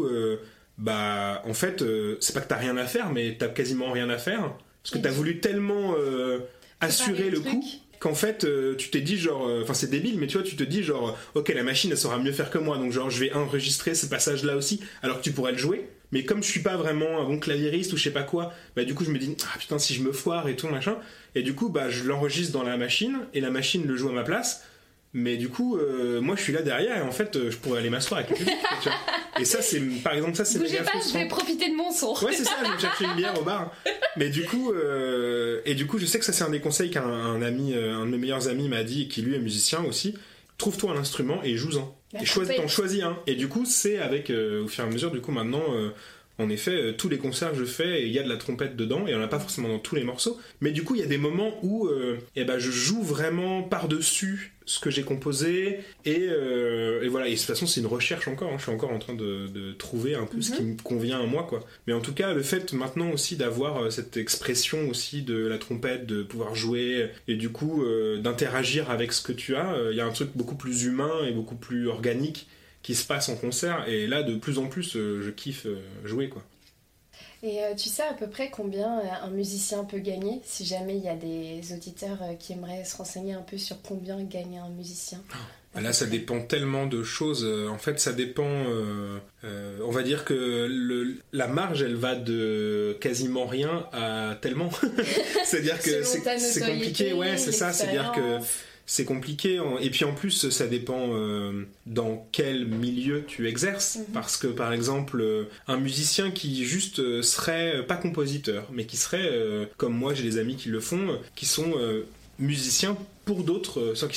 bah en fait, c'est pas que t'as rien à faire, mais t'as quasiment rien à faire. Parce que t'as voulu tellement assurer le coup qu'en fait tu t'es dit genre, enfin c'est débile mais tu vois tu te dis genre ok la machine elle saura mieux faire que moi donc genre je vais enregistrer ce passage là aussi alors que tu pourrais le jouer mais comme je suis pas vraiment un bon claviériste ou je sais pas quoi bah du coup je me dis ah putain si je me foire et tout machin et du coup bah je l'enregistre dans la machine et la machine le joue à ma place. Mais du coup, moi je suis là derrière et en fait je pourrais aller m'asseoir avec le public. Tu vois. Et ça, c'est par exemple, ça c'est bougez pas, je vais profiter de mon son. Ouais, c'est ça, je vais me chercher une bière au bar. Mais du coup, je sais que ça c'est un des conseils qu'un ami, un de mes meilleurs amis m'a dit, qui lui est musicien aussi. Trouve-toi un instrument et joue-en. Et t'en choisis un. Et du coup, c'est avec, au fur et à mesure, du coup maintenant. En effet, tous les concerts que je fais, il y a de la trompette dedans, et il n'y en a pas forcément dans tous les morceaux. Mais du coup, il y a des moments où je joue vraiment par-dessus ce que j'ai composé, et voilà. Et de toute façon, c'est une recherche encore. Hein. Je suis encore en train de trouver un peu ce qui me convient à moi, quoi. Mais en tout cas, le fait maintenant aussi d'avoir cette expression aussi de la trompette, de pouvoir jouer, et du coup d'interagir avec ce que tu as, il y a un truc beaucoup plus humain et beaucoup plus organique qui se passe en concert, et là de plus en plus je kiffe jouer quoi. Et tu sais à peu près combien un musicien peut gagner, si jamais il y a des auditeurs qui aimeraient se renseigner un peu sur combien gagne un musicien? Là ça dépend tellement de choses, en fait ça dépend, on va dire que la marge elle va de quasiment rien à tellement, c'est-à-dire que c'est compliqué, ouais c'est ça, c'est-à-dire que c'est compliqué, et puis en plus ça dépend dans quel milieu tu exerces, parce que par exemple un musicien qui juste serait pas compositeur mais qui serait comme moi j'ai des amis qui le font, qui sont musiciens pour d'autres, soit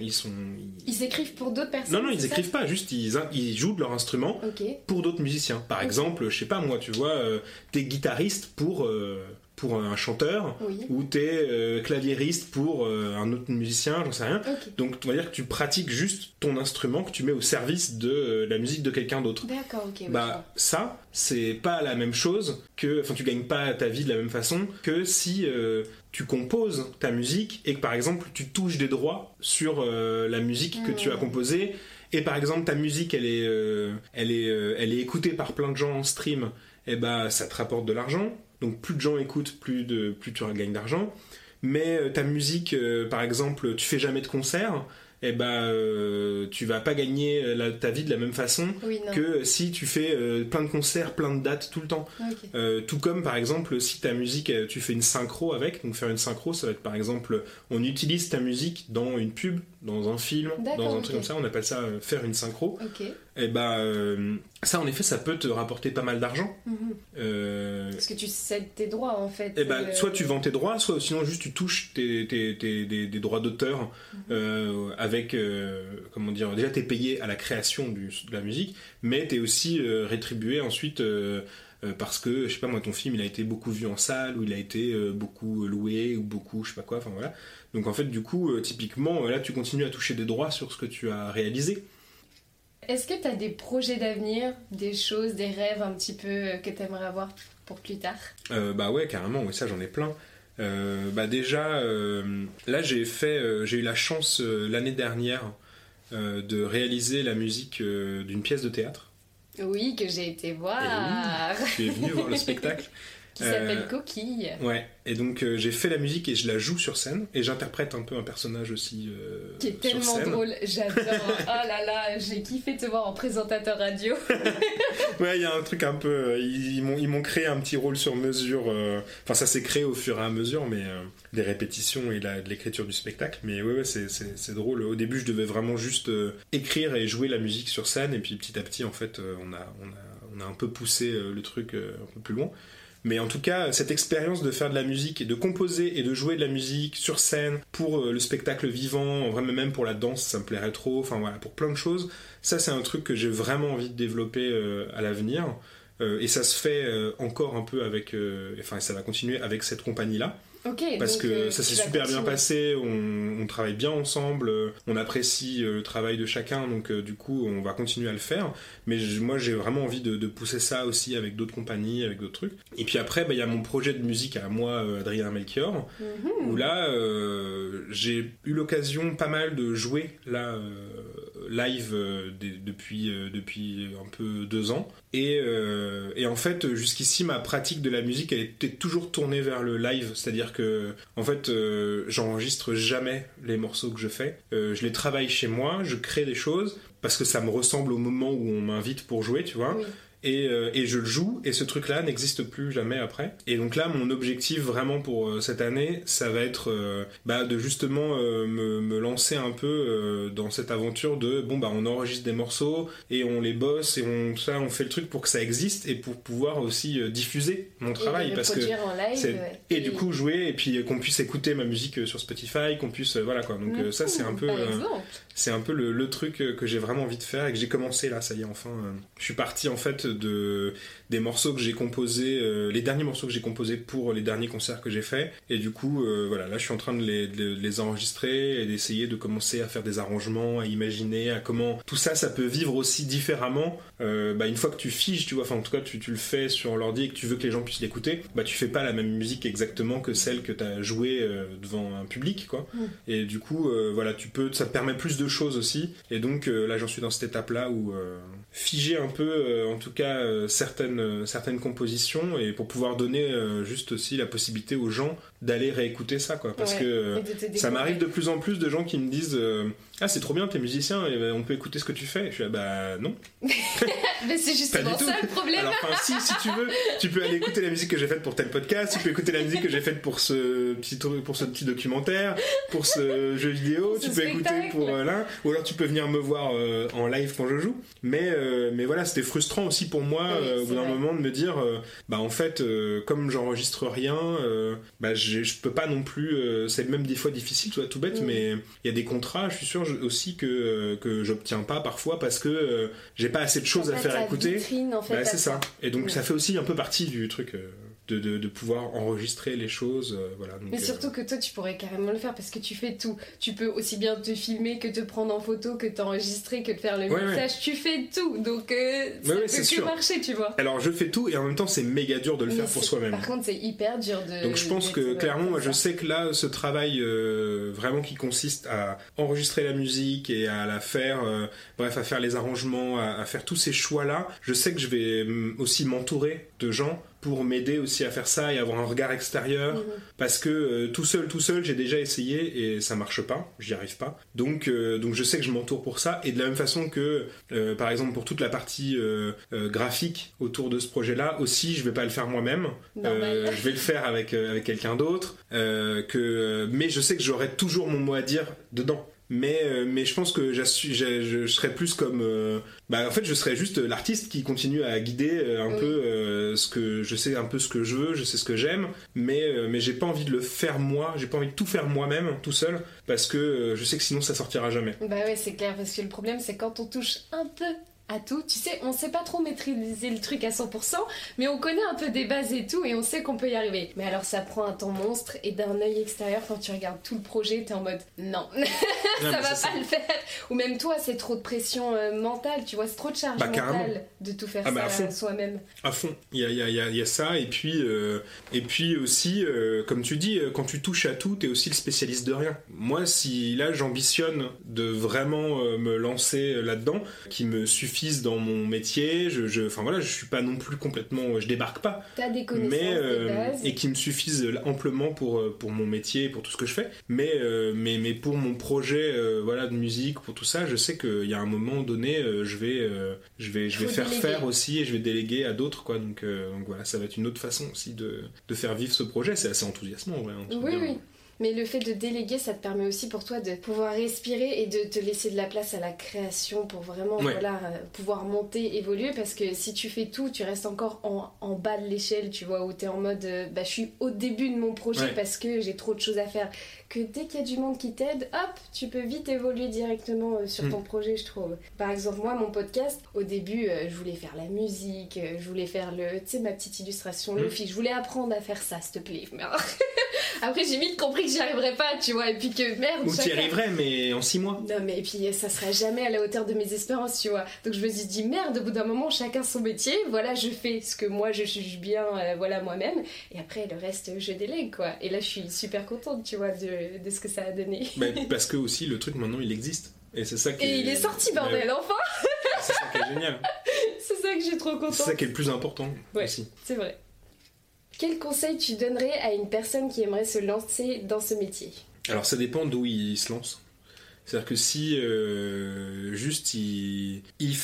ils écrivent pour d'autres personnes. Non ils écrivent pas, juste ils jouent de leur instrument pour d'autres musiciens. Par exemple, je sais pas moi, tu vois, t'es guitariste pour pour un chanteur, ou t'es claviériste pour un autre musicien, j'en sais rien. Donc on va dire que tu pratiques juste ton instrument que tu mets au service de la musique de quelqu'un d'autre. D'accord, ok. Ça, c'est pas la même chose que... Enfin, tu gagnes pas ta vie de la même façon que si tu composes ta musique et que par exemple tu touches des droits sur la musique que tu as composée. Et par exemple ta musique elle est écoutée par plein de gens en stream, et ça te rapporte de l'argent, donc plus de gens écoutent, plus tu gagnes d'argent. Mais ta musique par exemple tu fais jamais de concert, tu vas pas gagner ta vie de la même façon que si tu fais plein de concerts, plein de dates tout le temps. Tout comme par exemple si ta musique tu fais une synchro avec, donc faire une synchro ça va être par exemple on utilise ta musique dans une pub, dans un film, dans un truc comme ça, on appelle ça faire une synchro. Ça en effet ça peut te rapporter pas mal d'argent. Parce que tu cèdes tes droits en fait. Soit tu vends tes droits, soit sinon juste tu touches des droits d'auteur avec comment dire, déjà t'es payé à la création de la musique, mais t'es aussi rétribué ensuite parce que je sais pas moi, ton film il a été beaucoup vu en salle, ou il a été beaucoup loué, ou beaucoup je sais pas quoi, enfin voilà. Donc en fait du coup typiquement là tu continues à toucher des droits sur ce que tu as réalisé. Est-ce que tu as des projets d'avenir, des choses, des rêves un petit peu que tu aimerais avoir pour plus tard ? Ouais, carrément, ouais, ça j'en ai plein. Déjà, là j'ai eu la chance l'année dernière de réaliser la musique d'une pièce de théâtre. Oui, que j'ai été voir. Oui, tu es venu voir le spectacle. Qui s'appelle Coquille. Ouais, et donc j'ai fait la musique et je la joue sur scène, et j'interprète un peu un personnage aussi qui est tellement drôle, j'adore. Oh là là, j'ai kiffé te voir en présentateur radio. Ouais, il y a un truc un peu... Ils m'ont créé un petit rôle sur mesure. Enfin, ça s'est créé au fur et à mesure, mais des répétitions et de l'écriture du spectacle. Mais ouais, c'est drôle. Au début, je devais vraiment juste écrire et jouer la musique sur scène, et puis petit à petit, en fait, on a un peu poussé le truc un peu plus loin. Mais en tout cas, cette expérience de faire de la musique et de composer et de jouer de la musique sur scène pour le spectacle vivant, vraiment même pour la danse, ça me plairait trop, enfin voilà, pour plein de choses, ça c'est un truc que j'ai vraiment envie de développer à l'avenir. Et ça se fait encore un peu avec... Enfin, ça va continuer avec cette compagnie-là. Parce que ça s'est super bien passé, on travaille bien ensemble, on apprécie le travail de chacun, donc du coup on va continuer à le faire, mais moi j'ai vraiment envie de pousser ça aussi avec d'autres compagnies, avec d'autres trucs. Et puis après il y a mon projet de musique à moi, Adrien Melchior, où là j'ai eu l'occasion pas mal de jouer là live depuis un peu 2 ans, et en fait jusqu'ici ma pratique de la musique elle était toujours tournée vers le live, c'est-à-dire que en fait j'enregistre jamais les morceaux que je fais, je les travaille chez moi, je crée des choses parce que ça me ressemble au moment où on m'invite pour jouer, tu vois. Et je le joue, et ce truc-là n'existe plus jamais après. Et donc là, mon objectif vraiment pour cette année, ça va être de justement me lancer un peu dans cette aventure de on enregistre des morceaux et on les bosse et on fait le truc pour que ça existe et pour pouvoir aussi diffuser mon travail, parce que en live, et du coup jouer, et puis qu'on puisse écouter ma musique sur Spotify, qu'on puisse voilà quoi. Donc ça c'est un peu le truc que j'ai vraiment envie de faire et que j'ai commencé là, ça y est enfin. Je suis parti en fait des morceaux que j'ai composés, les derniers morceaux que j'ai composés pour les derniers concerts que j'ai faits, et du coup voilà, là je suis en train de les enregistrer et d'essayer de commencer à faire des arrangements, à imaginer à comment tout ça peut vivre aussi différemment une fois que tu figes, tu vois, enfin en tout cas tu le fais sur l'ordi et que tu veux que les gens puissent l'écouter, tu fais pas la même musique exactement que celle que t'as jouée devant un public quoi. Et du coup voilà, ça te permet plus de choses aussi, et donc là j'en suis dans cette étape là où figer un peu en tout cas certaines compositions, et pour pouvoir donner juste aussi la possibilité aux gens d'aller réécouter ça quoi, parce que ça m'arrive de plus en plus de gens qui me disent ah c'est trop bien, t'es musicien, et on peut écouter ce que tu fais. Je suis non. Mais c'est justement ça le problème. Alors si tu veux, tu peux aller écouter la musique que j'ai faite pour tel podcast, tu peux écouter la musique que j'ai faite pour ce petit documentaire, pour ce jeu vidéo, tu peux écouter pour là, ou alors tu peux venir me voir en live quand je joue. Mais voilà, c'était frustrant aussi pour moi au bout d'un moment de me dire en fait comme j'enregistre rien, je peux pas non plus, c'est même des fois difficile, tu vois, tout bête, mais il y a des contrats, je suis sûr aussi que j'obtiens pas parfois parce que j'ai pas assez de choses à faire écouter. Vitrine, en fait, c'est ça. Et donc ça fait aussi un peu partie du truc. de pouvoir enregistrer les choses, voilà. Donc, mais surtout que toi tu pourrais carrément le faire parce que tu fais tout. Tu peux aussi bien te filmer que te prendre en photo, que t'enregistrer, que de faire le mixage. Tu fais tout, donc ça peut que marcher, tu vois. Alors je fais tout et en même temps c'est méga dur de le faire pour soi-même. Par contre c'est hyper dur de... Donc je pense que clairement moi je sais que là ce travail vraiment qui consiste à enregistrer la musique et à la faire, bref à faire les arrangements, à faire tous ces choix là, je sais que je vais aussi m'entourer de gens pour m'aider aussi à faire ça et avoir un regard extérieur, parce que tout seul j'ai déjà essayé et ça marche pas, j'y arrive pas, donc je sais que je m'entoure pour ça. Et de la même façon que par exemple pour toute la partie graphique autour de ce projet là aussi, je vais pas le faire moi-même, je vais le faire avec quelqu'un d'autre, mais je sais que j'aurai toujours mon mot à dire dedans. Mais je pense que je serais plus comme en fait je serais juste l'artiste qui continue à guider un peu ce que je sais, un peu ce que je veux, je sais ce que j'aime, mais j'ai pas envie de le faire moi, j'ai pas envie de tout faire moi-même tout seul, parce que je sais que sinon ça sortira jamais. Bah ouais, c'est clair, parce que le problème c'est quand on touche un peu à tout, tu sais, on sait pas trop maîtriser le truc à 100%, mais on connaît un peu des bases et tout, et on sait qu'on peut y arriver. Mais alors ça prend un temps monstre, et d'un œil extérieur, quand tu regardes tout le projet, t'es en mode non, ça va pas le faire. Ou même toi, c'est trop de pression mentale, tu vois, c'est trop de charge mentale de tout faire ça soi-même. À fond, il y a ça, et puis aussi, comme tu dis, quand tu touches à tout, t'es aussi le spécialiste de rien. Moi, si là j'ambitionne de vraiment me lancer là-dedans, qui me suffit dans mon métier, enfin voilà, je suis pas non plus complètement, je débarque pas. T'as des connaissances, des bases. Et qui me suffisent amplement pour mon métier et pour tout ce que je fais. Mais pour mon projet, voilà, de musique, pour tout ça, je sais qu'il y a un moment donné, je vais faire aussi, et je vais déléguer à d'autres, quoi. Donc voilà, ça va être une autre façon aussi de faire vivre ce projet. C'est assez enthousiasmant, ouais. Oui. Mais le fait de déléguer, ça te permet aussi pour toi de pouvoir respirer et de te laisser de la place à la création pour vraiment pouvoir monter, évoluer, parce que si tu fais tout, tu restes encore en bas de l'échelle, tu vois, où t'es en mode je suis au début de mon projet parce que j'ai trop de choses à faire. Que dès qu'il y a du monde qui t'aide, hop, tu peux vite évoluer directement sur ton projet, je trouve. Par exemple, moi, mon podcast, au début, je voulais faire la musique, je voulais faire ma petite illustration, le fil, je voulais apprendre à faire ça, s'il te plaît. Mais alors... Après, j'ai vite compris que j'y arriverais pas, tu vois, et puis que merde. Ou t'y arriverais, mais en 6 mois. Non, mais et puis ça sera jamais à la hauteur de mes espérances, tu vois. Donc je me suis dit merde, au bout d'un moment, chacun son métier. Voilà, je fais ce que moi je juge bien, moi-même. Et après, le reste, je délègue, quoi. Et là, je suis super contente, tu vois, de ce que ça a donné. Parce que aussi, le truc maintenant, il existe. Et c'est ça qui il est sorti, bordel, enfin. C'est ça qui est génial. C'est ça que je suis trop contente. C'est ça qui est le plus important aussi. C'est vrai. Quel conseil tu donnerais à une personne qui aimerait se lancer dans ce métier ? Alors ça dépend d'où il se lance. C'est-à-dire que si juste il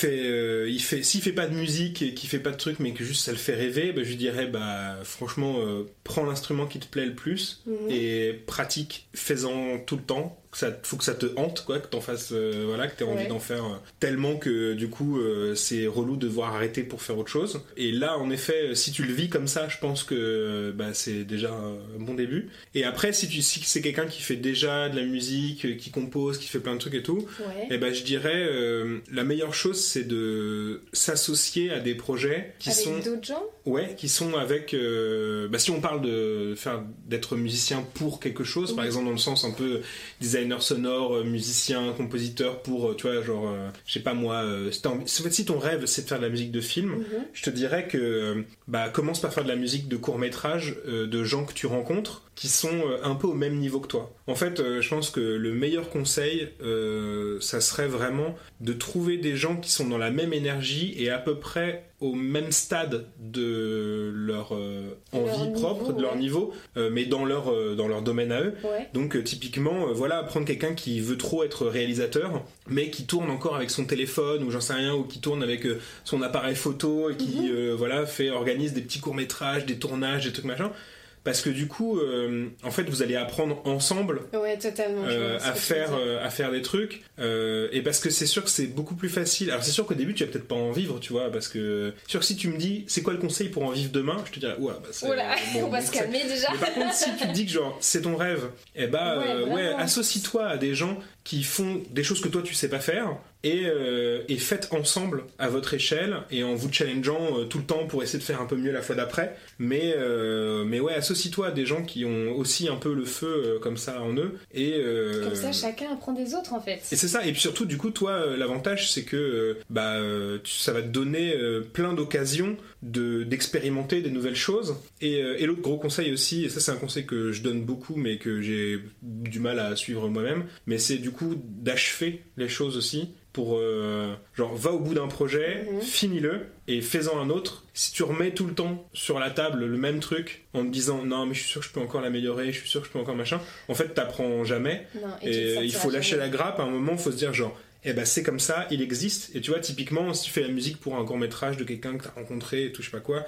fait s'il fait pas de musique et qu'il fait pas de trucs mais que juste ça le fait rêver, je lui dirais franchement prends l'instrument qui te plaît le plus et pratique, fais-en tout le temps. Faut que ça te hante, quoi, que t'en fasses, que t'aies envie d'en faire tellement que du coup c'est relou de devoir arrêter pour faire autre chose. Et là en effet, si tu le vis comme ça, je pense que c'est déjà un bon début. Et après si c'est quelqu'un qui fait déjà de la musique, qui compose, qui fait plein de trucs et tout, je dirais la meilleure chose c'est de s'associer à des projets qui sont avec d'autres gens. Ouais, qui sont avec si on parle d'être musicien pour quelque chose, par exemple dans le sens un peu designer sonore, musicien, compositeur pour, tu vois, genre, je sais pas moi, si ton rêve c'est de faire de la musique de film, je te dirais que commence par faire de la musique de court-métrage de gens que tu rencontres qui sont un peu au même niveau que toi. En fait, je pense que le meilleur conseil, ça serait vraiment de trouver des gens qui sont dans la même énergie et à peu près au même stade de leur envie propre, de leur niveau, mais dans leur domaine à eux. Donc typiquement, prendre quelqu'un qui veut trop être réalisateur, mais qui tourne encore avec son téléphone ou j'en sais rien, ou qui tourne avec son appareil photo et qui organise des petits courts-métrages, des tournages, des trucs machin. parce que du coup, en fait, vous allez apprendre ensemble ouais, totalement, à faire des trucs, et parce que c'est sûr que c'est beaucoup plus facile. Alors c'est sûr qu'au début, tu vas peut-être pas en vivre, tu vois, parce que sûr que si tu me dis, c'est quoi le conseil pour en vivre demain, je te dirais, ouah, bah, on va se calmer déjà. Mais par contre, si tu te dis que genre c'est ton rêve, eh bah associe-toi à des gens qui font des choses que toi tu sais pas faire, et faites ensemble à votre échelle et en vous challengeant tout le temps pour essayer de faire un peu mieux la fois d'après, mais ouais, associe-toi à des gens qui ont aussi un peu le feu comme ça en eux, et comme ça chacun apprend des autres en fait. Et c'est ça, et puis surtout du coup toi l'avantage c'est que ça va te donner plein d'occasions d'expérimenter des nouvelles choses, et l'autre gros conseil aussi, et ça c'est un conseil que je donne beaucoup mais que j'ai du mal à suivre moi-même, mais c'est du coup d'achever les choses aussi, pour genre va au bout d'un projet, finis-le et fais-en un autre. Si tu remets tout le temps sur la table le même truc en te disant non mais je suis sûr que je peux encore l'améliorer, je suis sûr que je peux encore machin, en fait t'apprends jamais, et il faut lâcher la grappe. À un moment il faut se dire genre c'est comme ça, il existe. Et tu vois, typiquement, si tu fais la musique pour un court-métrage de quelqu'un que t'as rencontré et tout, je sais pas quoi,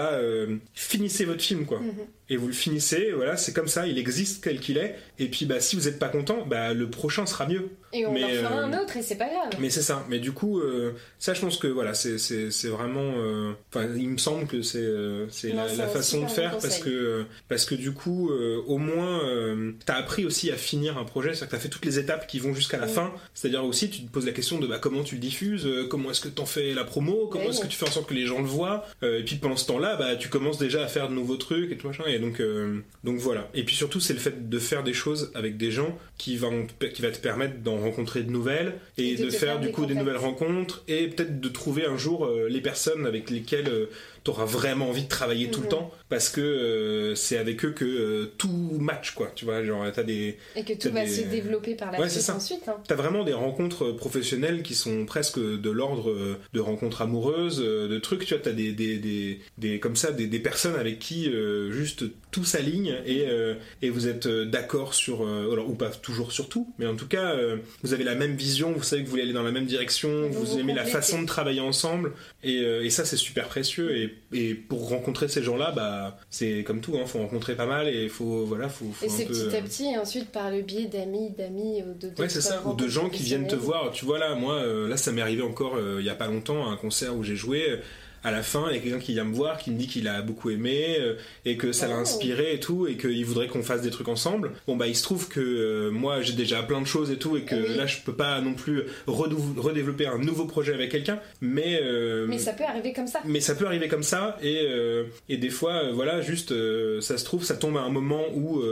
finissez votre film, quoi. Et vous le finissez, voilà, c'est comme ça, il existe tel qu'il est. Et puis, si vous êtes pas content, le prochain sera mieux. Et on en fera un autre, et c'est pas grave. Mais c'est ça. Mais du coup, ça, je pense que, voilà, c'est vraiment... il me semble que c'est la façon de faire, parce que du coup, au moins, t'as appris aussi à finir un projet, c'est-à-dire que t'as fait toutes les étapes qui vont jusqu'à la fin. C'est-à-dire aussi, tu te poses la question de comment tu le diffuses, comment est-ce que t'en fais la promo, comment est-ce que tu fais en sorte que les gens le voient, et puis pendant ce temps-là tu commences déjà à faire de nouveaux trucs et tout machin, et donc voilà. Et puis surtout c'est le fait de faire des choses avec des gens qui va te permettre d'en rencontrer de nouvelles, et de faire du coup des nouvelles rencontres, et peut-être de trouver un jour les personnes avec lesquelles t'auras vraiment envie de travailler tout le temps, parce que c'est avec eux que tout match, quoi, tu vois, genre et que tout va se développer par la suite ensuite, hein. T'as vraiment des rencontres professionnelles qui sont presque de l'ordre de rencontres amoureuses, de trucs, tu vois, t'as des comme ça, des personnes avec qui juste tout s'aligne, et vous êtes d'accord sur alors, ou pas toujours sur tout, mais en tout cas vous avez la même vision, vous savez que vous voulez aller dans la même direction, vous aimez la façon de travailler ensemble, et ça c'est super précieux, et pour rencontrer ces gens-là, c'est comme tout, hein, faut rencontrer pas mal, et faut et c'est petit à petit, et ensuite par le biais d'amis ouais, c'est ça, ou de gens qui viennent te voir. Tu vois, là moi là ça m'est arrivé encore il y a pas longtemps à un concert où j'ai joué. À la fin, il y a quelqu'un qui vient me voir, qui me dit qu'il a beaucoup aimé, et que ça l'a inspiré et tout, et qu'il voudrait qu'on fasse des trucs ensemble. Bon, il se trouve que moi, j'ai déjà plein de choses et tout, et que là, je peux pas non plus redévelopper un nouveau projet avec quelqu'un, mais ça peut arriver comme ça. Mais ça peut arriver comme ça, et des fois, voilà, juste, ça se trouve, ça tombe à un moment où,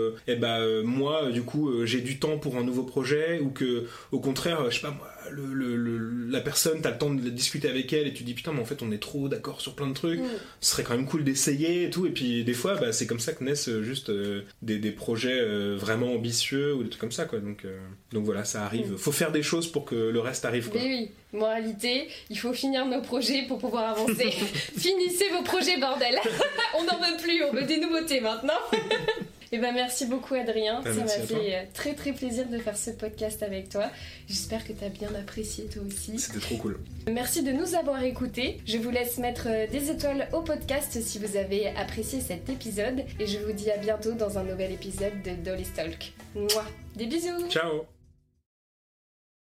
moi, du coup, j'ai du temps pour un nouveau projet, ou que, au contraire, je sais pas moi, la personne, t'as le temps de discuter avec elle, et tu dis putain, mais en fait on est trop d'accord sur plein de trucs, ce serait quand même cool d'essayer et tout, et puis des fois c'est comme ça que naissent juste des projets vraiment ambitieux, ou des trucs comme ça, quoi. Donc voilà, ça arrive, faut faire des choses pour que le reste arrive, quoi. Mais oui, moralité, il faut finir nos projets pour pouvoir avancer. Finissez vos projets, bordel. On n'en veut plus, on veut des nouveautés maintenant. Et merci beaucoup, Adrien, ça m'a fait très très plaisir de faire ce podcast avec toi. J'espère que t'as bien apprécié toi aussi. C'était trop cool. Merci de nous avoir écoutés. Je vous laisse mettre des étoiles au podcast si vous avez apprécié cet épisode, et je vous dis à bientôt dans un nouvel épisode de Dolly's Talk. Mouah, des bisous. Ciao.